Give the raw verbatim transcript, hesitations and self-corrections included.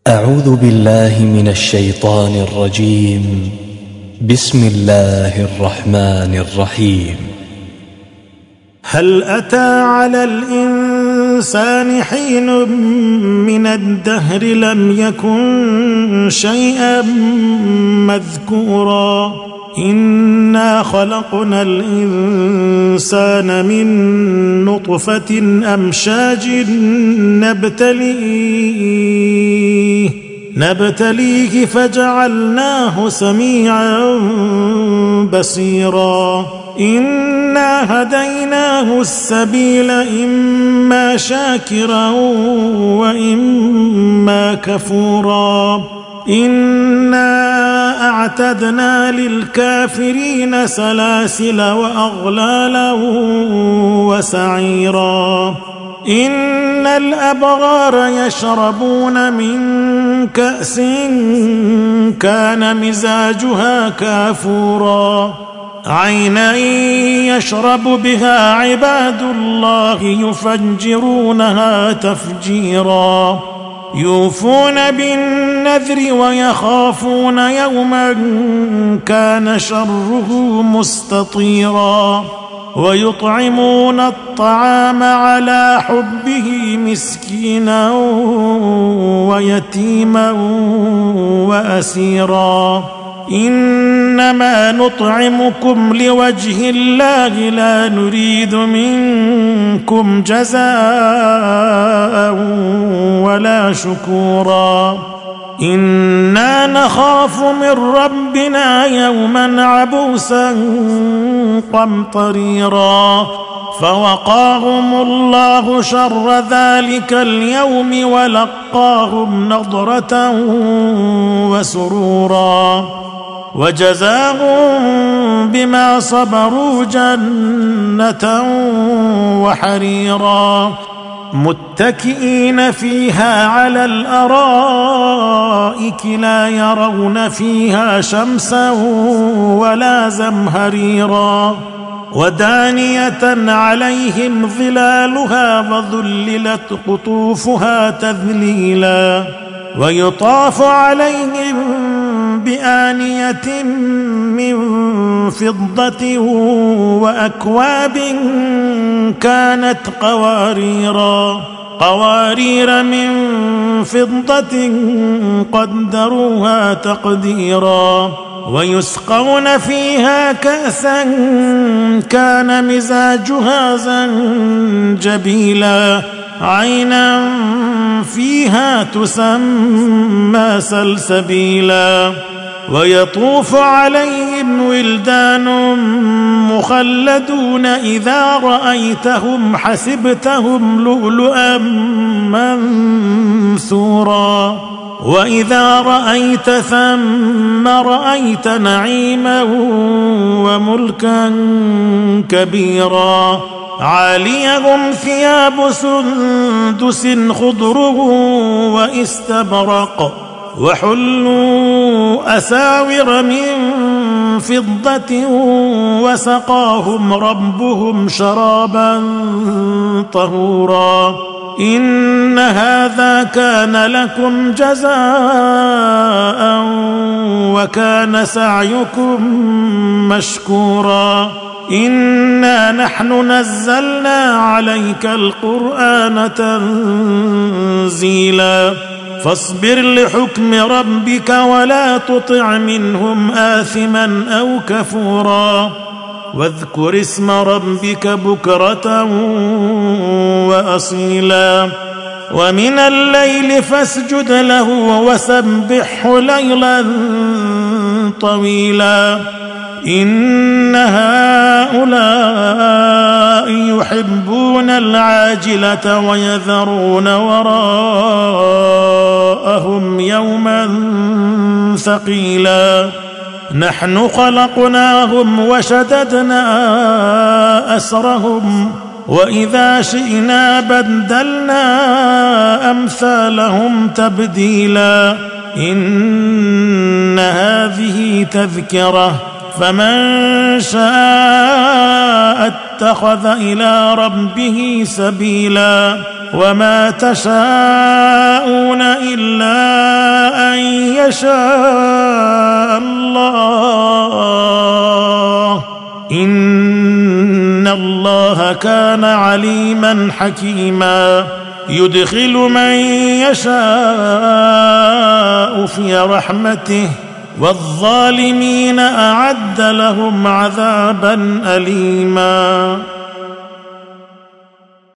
أعوذ بالله من الشيطان الرجيم. بسم الله الرحمن الرحيم. هل أتى على الإنسان حين من الدهر لم يكن شيئا مذكورا إنا خلقنا الإنسان من نطفة أمشاج نبتليه نبتليه فجعلناه سميعا بصيرا إنا هديناه السبيل إما شاكرا وإما كفورا إنا أعتدنا للكافرين سلاسل وأغلالا وسعيرا إن الأبرار يشربون من كأس كان مزاجها كافورا عينا يشرب بها عباد الله يفجرونها تفجيرا يوفون بالنذر ويخافون يوما كان شره مستطيرا ويطعمون الطعام على حبه مسكينا ويتيما وأسيرا إنما نطعمكم لوجه الله لا نريد منكم جزاء ولا شكورا إنا نخاف من ربنا يوما عبوسا قمطريرا فوقاهم الله شر ذلك اليوم ولقاهم نضرة وسرورا وجزاهم بما صبروا جنة وحريرا متكئين فيها على الأرائك لا يرون فيها شمسا ولا زمهريرا ودانية عليهم ظلالها وذللت قطوفها تذليلا ويطاف عليهم بآنية من فضة وأكواب كانت قواريرا قوارير من فضة قدروها تقديرا ويسقون فيها كأسا كان مزاجها زنجبيلا عينا فيها تسمى سلسبيلا ويطوف عليهم ولدان مخلدون إذا رأيتهم حسبتهم لؤلؤا منثورا وإذا رأيت ثم رأيت نعيما وملكا كبيرا عاليهم ثياب سندس خضر واستبرق وحلوا أساور من فضة وسقاهم ربهم شرابا طهورا إن هذا كان لكم جزاء وكان سعيكم مشكورا إنا نحن نزلنا عليك القرآن تنزيلا فاصبر لحكم ربك ولا تطع منهم آثما أو كفورا واذكر اسم ربك بكرة وأصيلا ومن الليل فاسجد له وسبحه ليلا طويلا إن هؤلاء يحبون العاجلة ويذرون وراءهم يوما ثقيلا نحن خلقناهم وشددنا أسرهم وإذا شئنا بدلنا أمثالهم تبديلا إن هذه تذكرة فمن شاء اتخذ إلى ربه سبيلا وما تشاءون إلا يشاء الله إن الله كان عليما حكيما يدخل من يشاء في رحمته والظالمين أعد لهم عذابا أليما